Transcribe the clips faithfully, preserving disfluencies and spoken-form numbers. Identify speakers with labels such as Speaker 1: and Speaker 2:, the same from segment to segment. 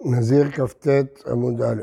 Speaker 1: נזיר כ"ט עמוד א'.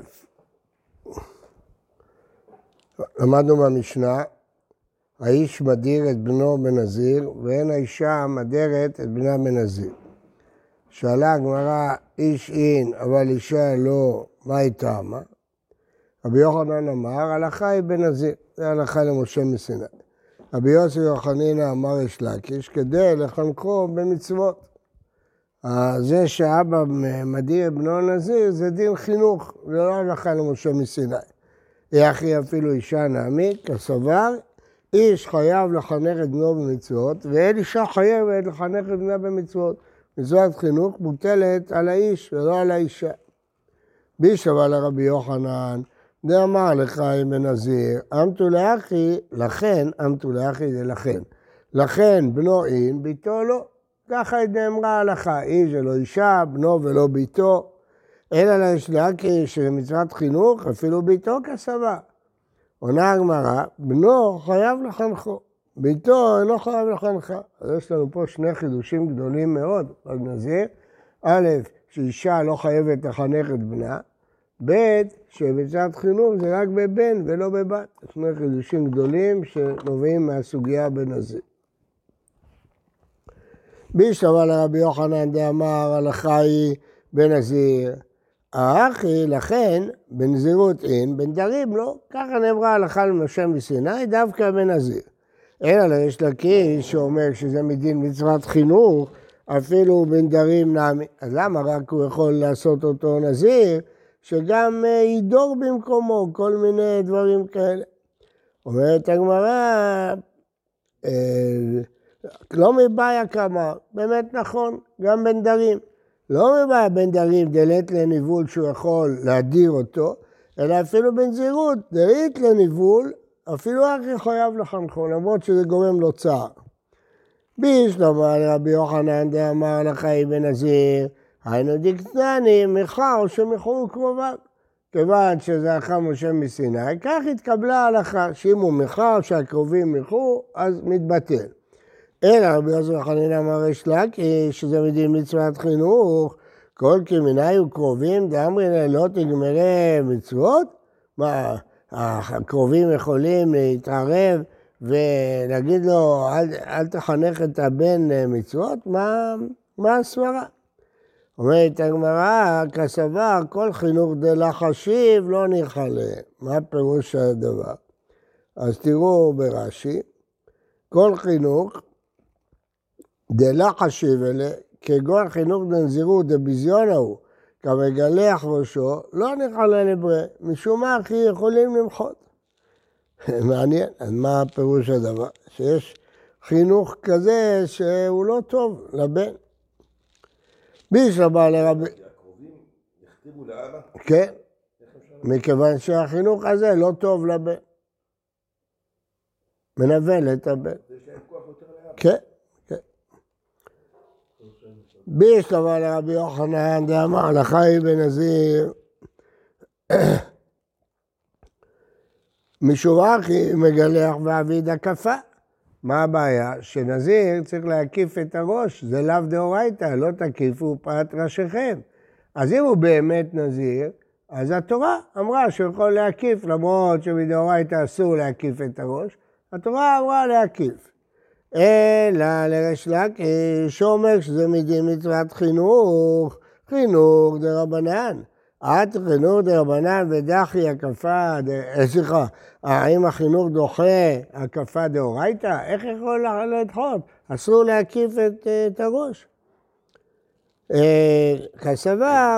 Speaker 1: למדנו במשנה, האיש מדיר את בנו בנזיר, ואין האישה מדרת את בנה בנזיר. שאלה הגמרא, איש אין, אבל אישה לא, מה היא טעמה? רבי יוחנן אמר, הלכה היא בנזיר, זה הלכה למשה מסיני. רבי יוסי יוחנינא אמר יש לקיש, כדי לחנכו במצוות. זה שאבא מדיר את בנו נזיר, זה דין חינוך, זה לא הלכה למשה מסיני. יחי אפילו אישה נעמית, כסבר, איש חייב לחנך את בנו במצוות, ואין אישה חייבת לחנך את בנה במצוות. מצוות חינוך מוטלת על האיש ולא על האישה. בישבע לרבי יוחנן, דאמר לחיים בנזיר, אמתו לאחי, לכן, אמתו לאחי זה לכן. לכן בנו אין, ביתו לא. ככה נאמרה ההלכה, איש ולא אישה, בנו ולא ביתו. אלא יש להקיש שמצוות חינוך, אפילו ביתו כסבה. עונה הגמרא, בנו חייב לחנכו, ביתו אינו חייב לחנכה. אז יש לנו פה שני חידושים גדולים מאוד בנזיר. א', שאישה לא חייבת לחנך את בנה. ב', שמצוות חינוך זה רק בבן ולא בבת. שני חידושים גדולים שנובעים מהסוגיה בנזיר. בישבע לרבי יוחנן דאמר הלכה היא בנזיר, האחי לכן בנזירות אין, בנדרים לא, ככה נאמרה הלכה למשה מסיני דווקא בנזיר. אלא יש לקיש שאומר שזה מדין מצוות חינוך, אפילו בנדרים נעמי. אז למה רק הוא יכול לעשות אותו נזיר, שגם ידור במקומו כל מיני דברים כאלה. אומרת הגמרא, לא מבעיה כמה, באמת נכון, גם בנדרים. לא מבעיה בנדרים דלת לניבול שהוא יכול להדיר אותו, אלא אפילו בנזירות, דלית לניבול, אפילו אחי חייב לחנכו, למרות שזה גורם לו צער. בישלמה לרבי יוחנן דאמר לחי בנזיר, היינו דקטני מחר שמחרו קרוביו. כיוון שזה אחר משה מסיני, כך התקבלה ההלכה, שאם הוא מחר, שהקרובים מחרו, אז מתבטל. אלא רבי יוסי יוחנן אמר יש לקיש, שזה מדין מצוות חינוך, כל כמיני וקרובים, דאמרי לא תגמרי מצוות? מה, הקרובים יכולים להתערב ולהגיד לו, אל, אל תחנך את הבן מצוות? מה, מה הסברה? אומרת הגמרא, כסבר, כל חינוך דלה חשיב לא נחלה. מה פירוש הדבר? אז תראו ברש"י, כל חינוך, דלה חשיב אלה, כגון חינוך דנזירות דביזיון ההוא, כמגלח ראשו, לא נחלה לברה, משום מה אחי יכולים למחות. מעניין, אז מה פירוש הדבר? שיש חינוך כזה שהוא לא טוב לבן. בישבע לרבי...
Speaker 2: הקרובים יכתיבו לאבא?
Speaker 1: כן, מכיוון שהחינוך הזה לא טוב לבן. מנבל את הבן.
Speaker 2: יש להם כוח יותר לאבא.
Speaker 1: כן, כן. בישבע לרבי יוחנן דאמר לחי בנזיר, משום אחי מגלח ועביד הקפה. מה הבעיה? שנזיר צריך להקיף את הראש, זה לאו דאורייתא, לא תקיפו פאת ראשיכם. אז אם הוא באמת נזיר, אז התורה אמרה שהוא יכול להקיף, למרות שבדאורייתא אסור להקיף את הראש, התורה אמרה להקיף. אלא לריש לקיש שאומר שזה מדין מצוות חינוך, חינוך דרבנן. עד חינוך דרבנן ודחי הקפה, סליחה, האם החינוך דוחה הקפה דאורייתא? איך יכול לדחות? אסור להקיף את, את הראש. כסבר,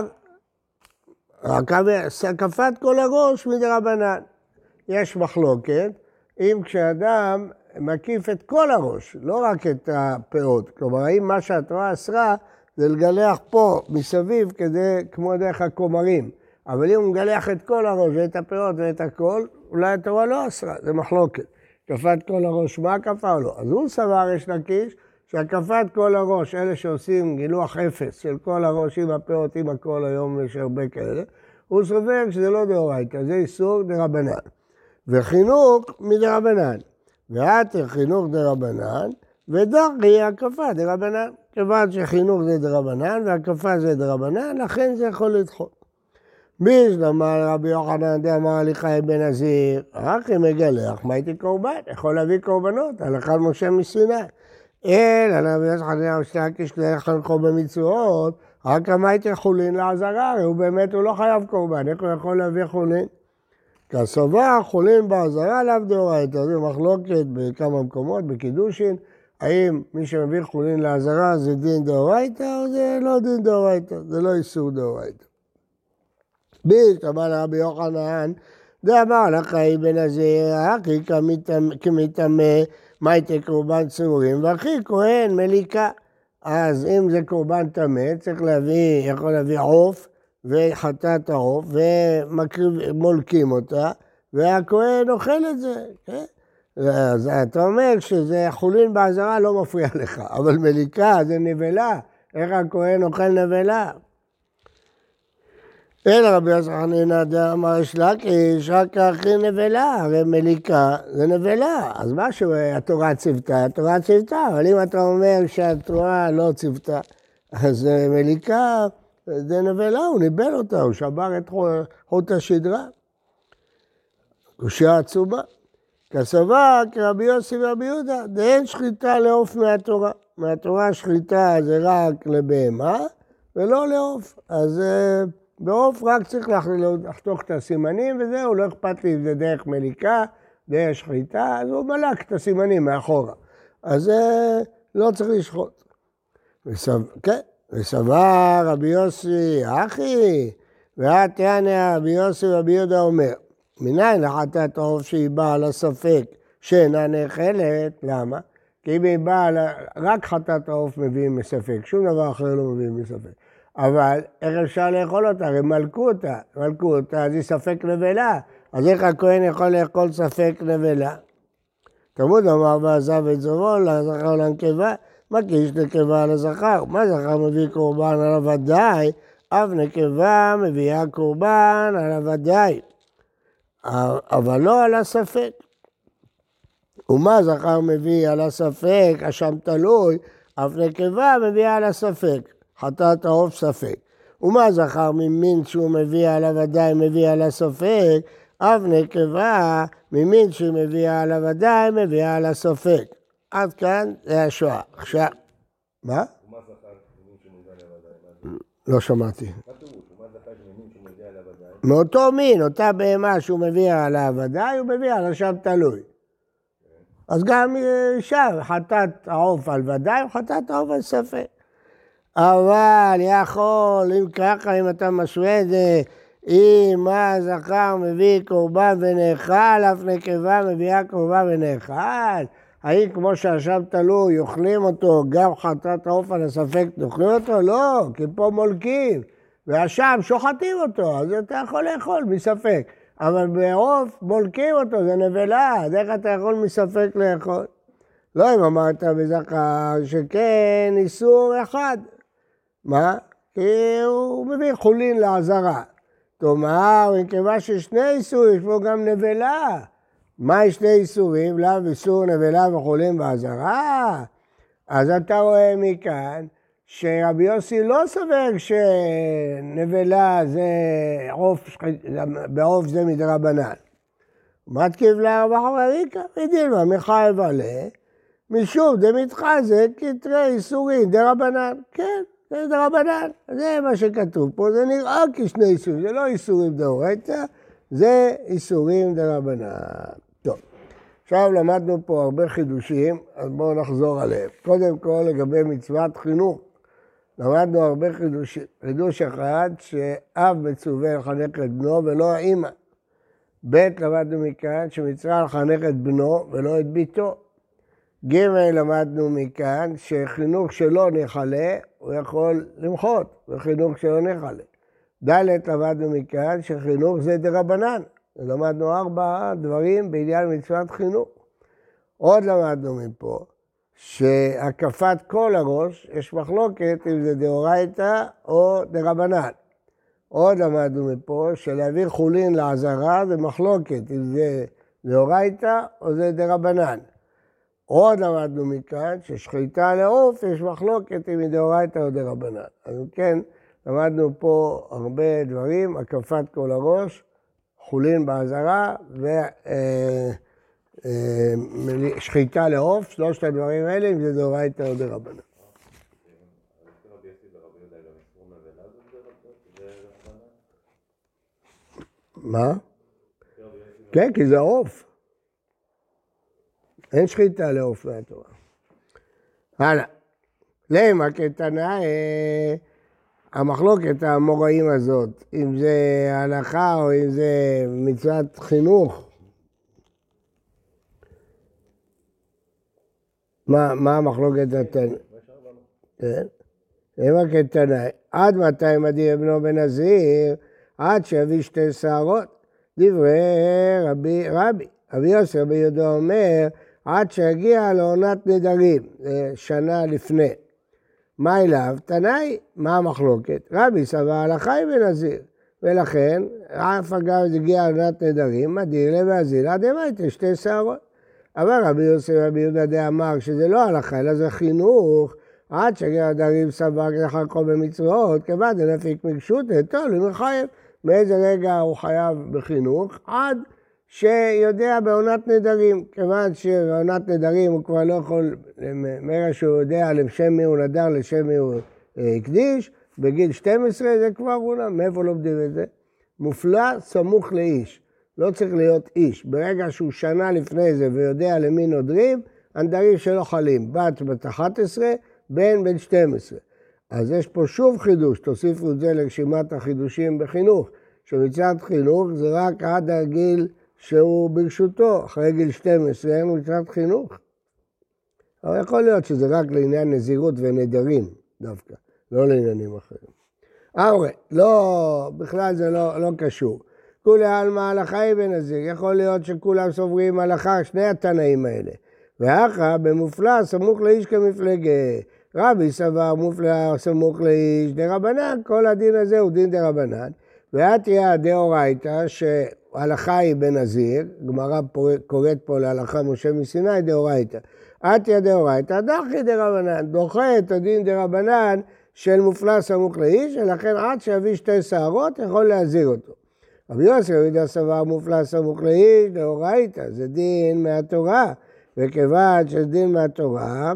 Speaker 1: הקפת כל הראש מדרבנן. יש מחלוקת, אם כשאדם מקיף את כל הראש, לא רק את הפאות. כלומר, האם מה שהתורה אסרה, זה לגלח פה מסביב כדי, כמו דרך הכומרים. אבל אם הוא מגלח את כל הראש ואת הפאות ואת הכל, אולי התורה לא אסרה, זה מחלוקת. קפת כל הראש, מה הקפה או לא? אז הוא סבר יש לקיש שהקפת כל הראש, אלה שעושים גילוח אפס של כל הראש עם הפאות, עם הכל, היום יש הרבה כאלה, הוא סובר שזה לא דאורייתא, זה איסור דרבנן. וחינוך מדרבנן. ועתר חינוך דרבנן, ודחי הקפה דרבנן. כיוון שחינוך זה דרבנן והקפה זה דרבנן, לכן זה יכול לדחות. בישלמה רבי יוחנן דאמר הליכה בן נזיר, רק אם מגלח, מה הייתי קורבן? יכול להביא קורבנות, הלכה משה מסיני. אלא רבי יוחנן ושתי כשלי חנכו במצוות, רק מה הייתי חולין לעזרה, הוא באמת הוא לא חייב קורבן, איך הוא יכול להביא חולין? כסובר חולין בעזרה לאו דאורייתא, זו מחלוקת בכמה מקומות, בקידושין, האם מי שמביא חולין לעזרה זה דין דאורייתא או זה לא דין דאורייתא, זה לא איסור דאורייתא. בישלמה רבי יוחנן דאמר הליכה בן נזיר, הכי כמטמא, מה הייתי קורבן צרורים, והכי כהן מליקה. אז אם זה קורבן טמא, צריך להביא, יכול להביא עוף וחטאת העוף, ומולקים אותה, והכהן אוכל את זה. כן? אז אתה אומר שזה חולין בעזרה לא מפריע לך, אבל מליקה זה נבלה, איך הכהן אוכל נבלה? אלא רבי יוחנן דאמר יש לקיש, רק הכי נבלה, הרי מליקה זה נבלה. אז משהו, התורה ציוותה, התורה ציוותה, אבל אם אתה אומר שהתורה לא ציוותה, אז מליקה זה נבלה, הוא ניבל אותה, הוא שבר את חוט השדרה. קושיה עצומה. כסבר כרבי יוסי ורבי יהודה, דאין שחיטה לעוף מהתורה. מהתורה שחיטה זה רק לבהמה ולא לעוף. אז בעוף רק צריך לחתוך את הסימנים וזהו, לא אכפת לי אם זה דרך מליקה, דרך שחיטה, אז הוא מלק את הסימנים מאחורה. אז לא צריך לשחוט. כן, וסבר רבי יוסי, אחי, ואת יענה רבי יוסי ורבי יהודה אומר, מניין לחטאת העוף שהיא באה לספק שאינה נאכלת, למה? כי אם היא באה, רק חטאת העוף מביאים מספק, שום דבר אחר לא מביאים מספק. אבל איך אפשר לאכול אותה? הרי מלכו אותה, מלכו אותה, אז היא ספק נבלה. אז איך הכהן יכול לאכול ספק נבלה? תמוד אמר ועזב את זרעו לזכר ולנקבה, מקיש נקבה לזכר. מה זכר מביא קורבן על הוודאי? אף נקבה מביאה קורבן על הוודאי. אבל לא על הספק. ומה זכר מביא על הספק? השם תלוי, אף נקבה מביאה על הספק. חטאת העוף ספק. ומה זכר ממין שהוא מביא על הוודאי מביא על הספק? אף נקבה ממין שהוא מביא על הוודאי מביא על הספק. עד כאן זה השואה. עכשיו, מה?
Speaker 2: ומה זכר ממין שהוא מביא על הוודאי?
Speaker 1: לא שמעתי.
Speaker 2: מה פירוש? ומה זכר ממין שהוא מביא על הוודאי?
Speaker 1: מאותו מין, אותה בהמה שהוא מביא על הוודאי, הוא מביא על השם תלוי. אז גם שם, חטאת העוף על ודאי, חטאת העוף על ספק. אבל יכול, אם ככה, אם אתה משווה את זה, אם מה זכר מביא קורבן ונאכל, אף נקבה מביאה קורבן ונאכל, האם כמו שהשם תלוי, יאכלים אותו, גם חטאת העוף על הספק, תאכלים אותו? לא, כי פה מולקים, והשם שוחטים אותו, אז אתה יכול לאכול מספק. אבל בעוף מולקים אותו, זה נבלה, אז איך אתה יכול מספק לאכול? לא אם אמרת בזכר שכן איסור אחד. מה? כי הוא מביא חולין לעזרה. תאמר, מכיוון ששני איסורים, יש פה גם נבלה. מה יש שני איסורים? לאו איסור נבלה וחולין בעזרה? אז אתה רואה מכאן שרבי יוסי לא סובר שנבלה זה עוף, בעוף זה מדרבנן. מתקיף לרבא חמריקה, ודילמה מחייב עליה, משום דמתחזק כתרי איסורים דרבנן. כן, זה דרבנן, זה מה שכתוב פה, זה נראה כשני איסורים, זה לא איסורים דאורייתא, זה איסורים דרבנן. טוב, עכשיו למדנו פה הרבה חידושים, אז בואו נחזור עליהם. קודם כל לגבי מצוות חינוך, למדנו הרבה חידושים. חידוש אחד, שאב מצווה לחנך את בנו ולא האמא. ב' למדנו מכאן שמצווה לחנך את בנו ולא את ביתו. ג' למדנו מכאן שחינוך שלא נחלה, הוא יכול למחות, וחינוך שלא נחלה. ד' למדנו מכאן שחינוך זה דרבנן. למדנו ארבע דברים בעניין מצוות חינוך. עוד למדנו מפה, שהקפת כל הראש, יש מחלוקת אם זה דאורייתא או דרבנן. עוד למדנו מפה שלהביא חולין לעזרה זה מחלוקת אם זה דאורייתא או זה דרבנן. עוד למדנו מכאן ששחיטה לעוף יש מחלוקת אם היא דאורייתא או דרבנן. אז כן, למדנו פה הרבה דברים, הקפת כל הראש, חולין באזהרה ושחיטה לעוף, שלושת הדברים האלה, אם זה דאורייתא או דרבנן. מה? כן, כי זה עוף. אין שחיטה לעוף מהתורה. הלאה. למה כתנאי, המחלוקת האמוראים הזאת, אם זה הלכה או אם זה מצוות חינוך, מה, מה המחלוקת התנאי? כן. למה כתנאי, עד מתי מדיר בנו בנזיר, עד שיביא שתי שערות. דברי רבי רבי, רבי יוסי רבי יהודה אומר, עד שיגיע לעונת נדרים, שנה לפני. מה אליו? תנאי, מה המחלוקת? רבי סבר הלכה היא בנזיר, ולכן, אף אגב הגיע לעונת נדרים, מדיר לבזיר, עד הביתה שתי שערות. אבל רבי יוסי רבי יהודה די אמר שזה לא הלכה, אלא זה חינוך, עד שיגיע נדרים סבר כזכר כל במצוות, כיוון דנפיק מגשות, טוב, הוא חייב. מאיזה רגע הוא חייב בחינוך? עד שיודע בעונת נדרים, כיוון שבעונת נדרים הוא כבר לא יכול, מרגע שהוא יודע לשם מי הוא נדר, לשם מי הוא הקדיש, בגיל שתים עשרה זה כבר הוא, מאיפה לומדים את זה? מופלא סמוך לאיש, לא צריך להיות איש, ברגע שהוא שנה לפני זה ויודע למי נודרים, הנדרים שלו חלים, בת בת אחת עשרה, בן בן שתים עשרה. אז יש פה שוב חידוש, תוסיפו את זה לרשימת החידושים בחינוך, שמצוות חינוך זה רק עד הגיל שהוא ברשותו, אחרי גיל שתים עשרה אין מצוות חינוך. אבל יכול להיות שזה רק לעניין נזירות ונדרים דווקא, לא לעניינים אחרים. אבל לא, בכלל זה לא, לא קשור. כולי עלמא הלכה היא בנזיר, יכול להיות שכולם סוברים הלכה, שני התנאים האלה. ואחר במופלא סמוך לאיש כמפלגה. רבי סבר מופלא סמוך לאיש דרבנן, כל הדין הזה הוא דין דרבנן. והתיה דאורייתא שההלכה היא בנזיר, גמרא קוראת פה להלכה משה מסיני דאורייתא. התיה דאורייתא דחי דרבנן, דוחה את הדין דרבנן של מופלא סמוך לאיש, ולכן עד שיביא שתי שערות יכול להזיר אותו. רבי יוסי רבי יהודה סבר מופלא סמוך לאיש דאורייתא, זה דין מהתורה, וכיוון שזה דין מהתורה,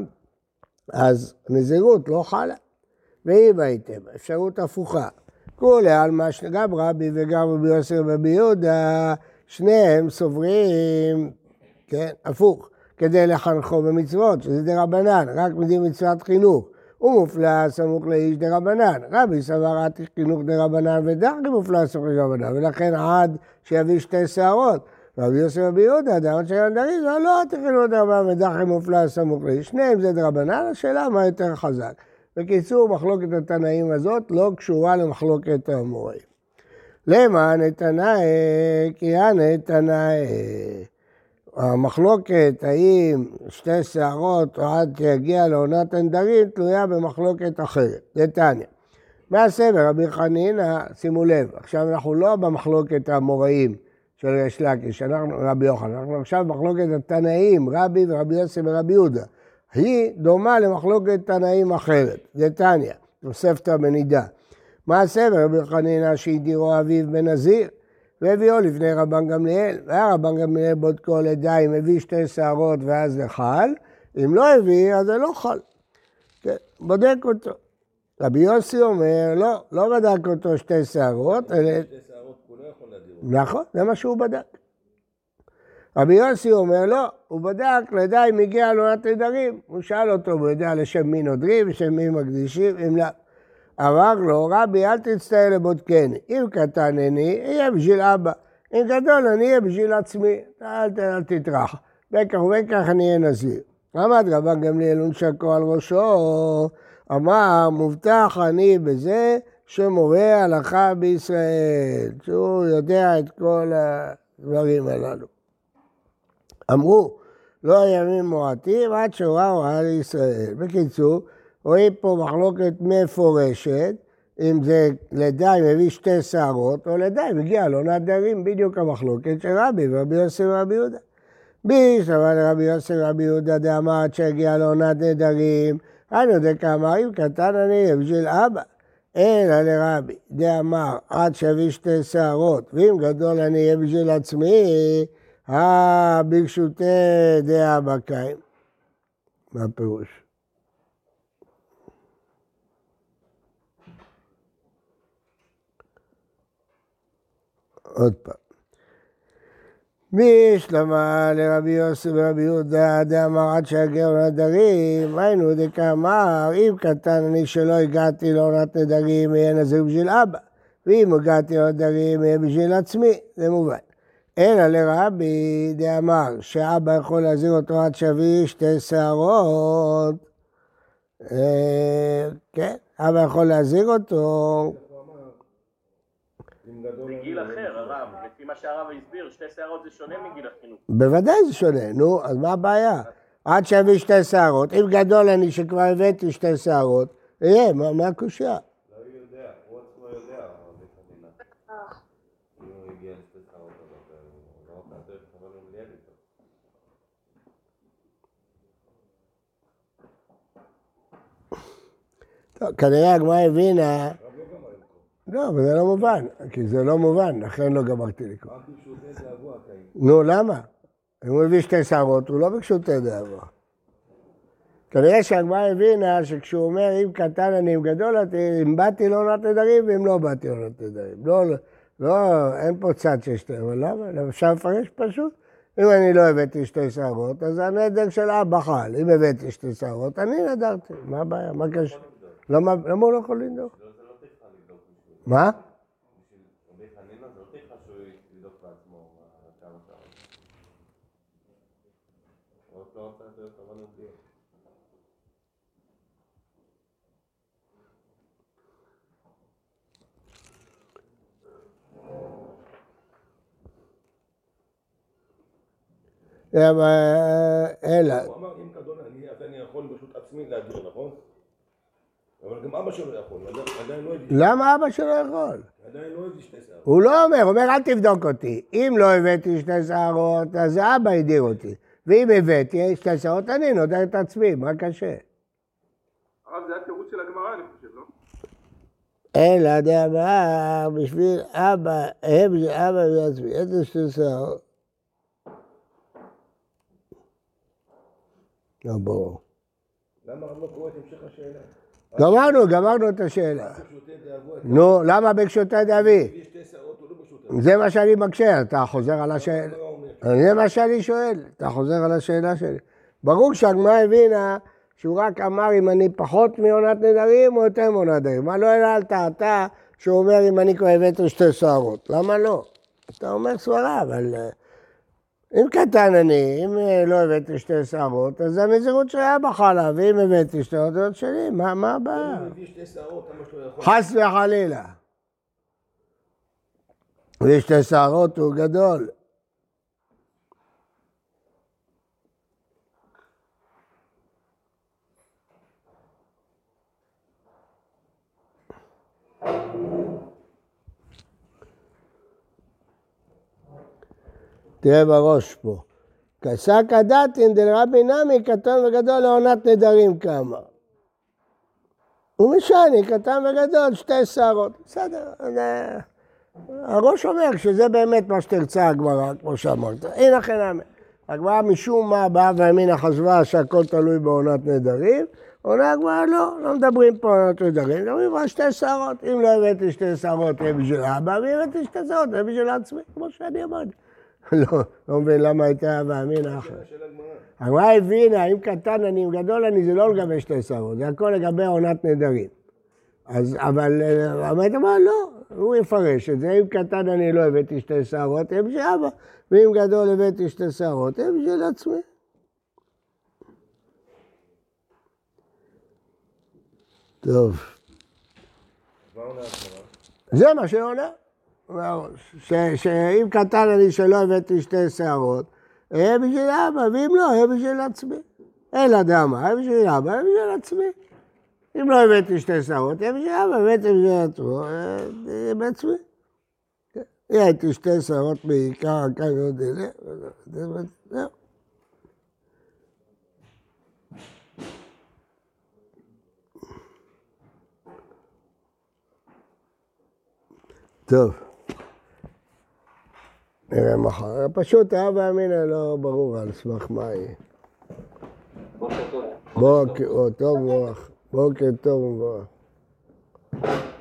Speaker 1: אז נזירות לא חלה. והיא בהיתם, אפשרות הפוכה. כולי עלמא גם רבי וגם רבי יוסי רבי יהודה, שניהם סוברים, כן, הפוך, כדי לחנכו במצוות, שזה דרבנן, רק מדין מצוות חינוך. הוא מופלא סמוך לאיש דרבנן. רבי סבר עד חינוך דרבנן ודחי מופלא סמוך לדרבנן, ולכן עד שיביא שתי שערות. רבי יוסי רבי יהודה, דעות של הנדרים, לא, לא חינוך דרבנן ודחי מופלא סמוך לאיש. שניהם זה דרבנן, השאלה מה יותר חזק. בקיצור, מחלוקת התנאים הזאת לא קשורה למחלוקת האמוראים. למה נתנאי, כי הנתנאי. המחלוקת האם שתי שערות או עד שיגיע לעונת הנדרים תלויה במחלוקת אחרת. נתניה. מהסבר רבי חנינא, שימו לב, עכשיו אנחנו לא במחלוקת האמוראים של ריש לקיש, אנחנו רבי יוחנן, אנחנו עכשיו במחלוקת התנאים, רבי ורבי יוסי ורבי יהודה. היא דומה למחלוקת תנאים אחרת. נתניה, תוספתא בנידה. מהסבר רבי חנינא שהדירו אביו בנזיר, והביאו לפני רבן גמליאל, והיה רבן גמליאל בודקו לידיים, הביא שתי שערות ואז זה חל, אם לא הביא אז זה לא חל. כן, בודק אותו. רבי יוסי אומר, לא, לא בדק אותו שתי שערות, אלא...
Speaker 2: שתי שערות הוא לא יכול להדיר.
Speaker 1: נכון, זה מה שהוא בדק. רבי יוסי אומר, לא, הוא בדק לידיים הגיע לעונת נדרים, הוא שאל אותו, הוא יודע לשם מי נודרים, לשם מי מקדישים, אם לא. אמר לו, רבי, אל תצטער לבודקני, אם קטן אני, יהיה בשביל אבא, אם גדול אני אהיה בשביל עצמי, אל, אל תטרח, וכך וכך אני אהיה נזיר. עמד רבן גמליאל ונשקו על ראשו, אמר, מובטח אני בזה שמורה הלכה בישראל, שהוא יודע את כל הדברים הללו. אמרו, לא ימים מועטים עד שהורה הוראה לישראל. בקיצור, רואים פה מחלוקת מפורשת, אם זה לידיים הביא שתי שערות, או לידיים הגיע לעונת נדרים, בדיוק המחלוקת של רבי ורבי יוסי ורבי יהודה. בישלמה לרבי יוסי רבי יהודה דאמר עד שהגיע לעונת נדרים, היינו דקאמר אם קטן אני בשביל אבא. אלא לרבי דאמר עד שיביא שתי שערות, ואם גדול אני אהיה בשביל עצמי, אה ברשותי דאבא קיים. מה הפירוש? עוד פעם. בישלמה לרבי יוסי ורבי יהודה דאמר עד שהגיע לעונת נדרים, היינו דקאמר אם קטן אני שלא הגעתי לעונת נדרים יהיה נזיר בשביל אבא, ואם הגעתי לעונת נדרים יהיה בשביל עצמי, זה מובן. אלא לרבי דאמר שאבא יכול להזיר אותו עד שיביא שתי שערות, כן, אבא יכול להזיר אותו.
Speaker 3: בגיל אחר, הרב, לפי מה שהרב הסביר, שתי שערות זה שונה מגיל החינוך.
Speaker 1: בוודאי זה שונה, נו, אז מה הבעיה? עד שיביא שתי שערות, אם גדול אני שכבר הבאתי שתי שערות, יהיה, מה הקושיה?
Speaker 2: לא יודע, הוא עצמו יודע, אבל חנינה. אם הוא הגיע לשתי שערות, הוא לא רוצה לתת, אבל הוא מליאל איתו.
Speaker 1: טוב, כנראה הגמרא הבינה... לא, אבל זה לא מובן, כי זה לא מובן, לכן לא גמרתי לקרוא.
Speaker 2: רק בקשותי דאבו הקיים.
Speaker 1: נו, למה? אם הוא הביא שתי שערות, הוא לא בקשותי דאבו. כנראה שהגמרא הבינה שכשהוא אומר, אם קטן אני, אם גדול אני, אם באתי לעונת נדרים, ואם לא באתי לעונת נדרים. לא, לא, אין פה צד שיש שתי, אבל למה? אפשר לפרש פשוט. אם אני לא הבאתי שתי שערות, אז הנדר של אבא חל. אם הבאתי שתי שערות, אני נדרתי. מה הבעיה? מה קשור? למה הוא לא יכול לנדור? מה?
Speaker 2: רבי חנינה זה לא תיכה שהוא יבדוק בעצמו כמה שעות. הוא לא רוצה לתת אבל נבדיע.
Speaker 1: אלא.
Speaker 2: הוא אמר אם גדול אני, אז אני יכול פשוט עצמי להגדיר, נכון? אבל גם אבא שלו יכול, עדיין לא הביא.
Speaker 1: למה אבא שלו יכול?
Speaker 2: עדיין לא הביא שתי שערות.
Speaker 1: הוא לא אומר, הוא אומר אל תבדוק אותי. אם לא הבאתי שתי שערות, אז אבא ידיר אותי. ואם הבאתי שתי שערות, אני נודר את עצמי, מה קשה?
Speaker 3: הרב, זה התירוץ של הגמרא, אני חושב, לא?
Speaker 1: אלא דאמר, בשביל אבא, הם בשביל אבא ועצמי, איזה שתי שערות? לא ברור.
Speaker 2: למה הרב לא קורא את המשך השאלה?
Speaker 1: גמרנו, גמרנו את השאלה. נו, למה בקשותי דאבי? זה מה שאני מקשה, אתה חוזר על השאלה. זה מה שאני שואל, אתה חוזר על השאלה שלי. ברור שהגמרא הבינה שהוא רק אמר אם אני פחות מעונת נדרים או יותר מעונת נדרים. מה לא העלת אתה שהוא אומר אם אני כבר הבאתי שתי שערות? למה לא? אתה אומר סברה, אבל אם קטן אני, אם לא הבאתי שתי שערות, אז הנזירות שלי היה בחלה, ואם הבאתי שתי שערות שלי, מה הבעיה? חס וחלילה. ושתי שערות הוא גדול. תראה בראש פה. כסק הדתין דלרבי נמי קטן וגדול לעונת נדרים כמה. ומשני קטן וגדול שתי שערות. בסדר. הראש אומר שזה באמת מה שתרצה הגמרא, כמו שאמרת. הנה חינם. הגמרא משום מה באה והאמינה חשבה שהכל תלוי בעונת נדרים. עונה הגמרא לא, לא מדברים פה על עונת נדרים. מדברים על שתי שערות. אם לא הבאתי שתי שערות יהיה בשביל אבא, ואם הבאתי שתי שערות יהיה בשביל עצמי, כמו שאני אמרתי. לא, לא מבין למה הייתה ואמינה אחרת. הגמרא הבינה, אם קטן אני, אם גדול אני, זה לא לגבי שתי שערות, זה הכל לגבי עונת נדרים. אז, אבל, אמרת אמרה, לא, הוא יפרש את זה, אם קטן אני לא הבאתי שתי שערות, הם בשביל אבא, ואם גדול הבאתי שתי שערות, הם בשביל עצמי. טוב. זה מה שעונה. שאם קטן אני שלא הבאתי שתי שערות, יהיה בשביל אבא, ואם לא, יהיה בשביל עצמי. אלא דמה, יהיה בשביל אבא, יהיה בשביל עצמי. אם לא הבאתי שתי שערות, יהיה בשביל אבא, הבאתי בשביל עצמו, יהיה בעצמי. יהיה הייתי שתי שערות בעיקר, כאן עוד אלה, זהו. טוב. נראה מחר. פשוט הווה אמינא לא ברור על סמך מה יהיה.
Speaker 2: בוקר טוב.
Speaker 1: בוקר טוב ומבורך. בוקר טוב ומבורך.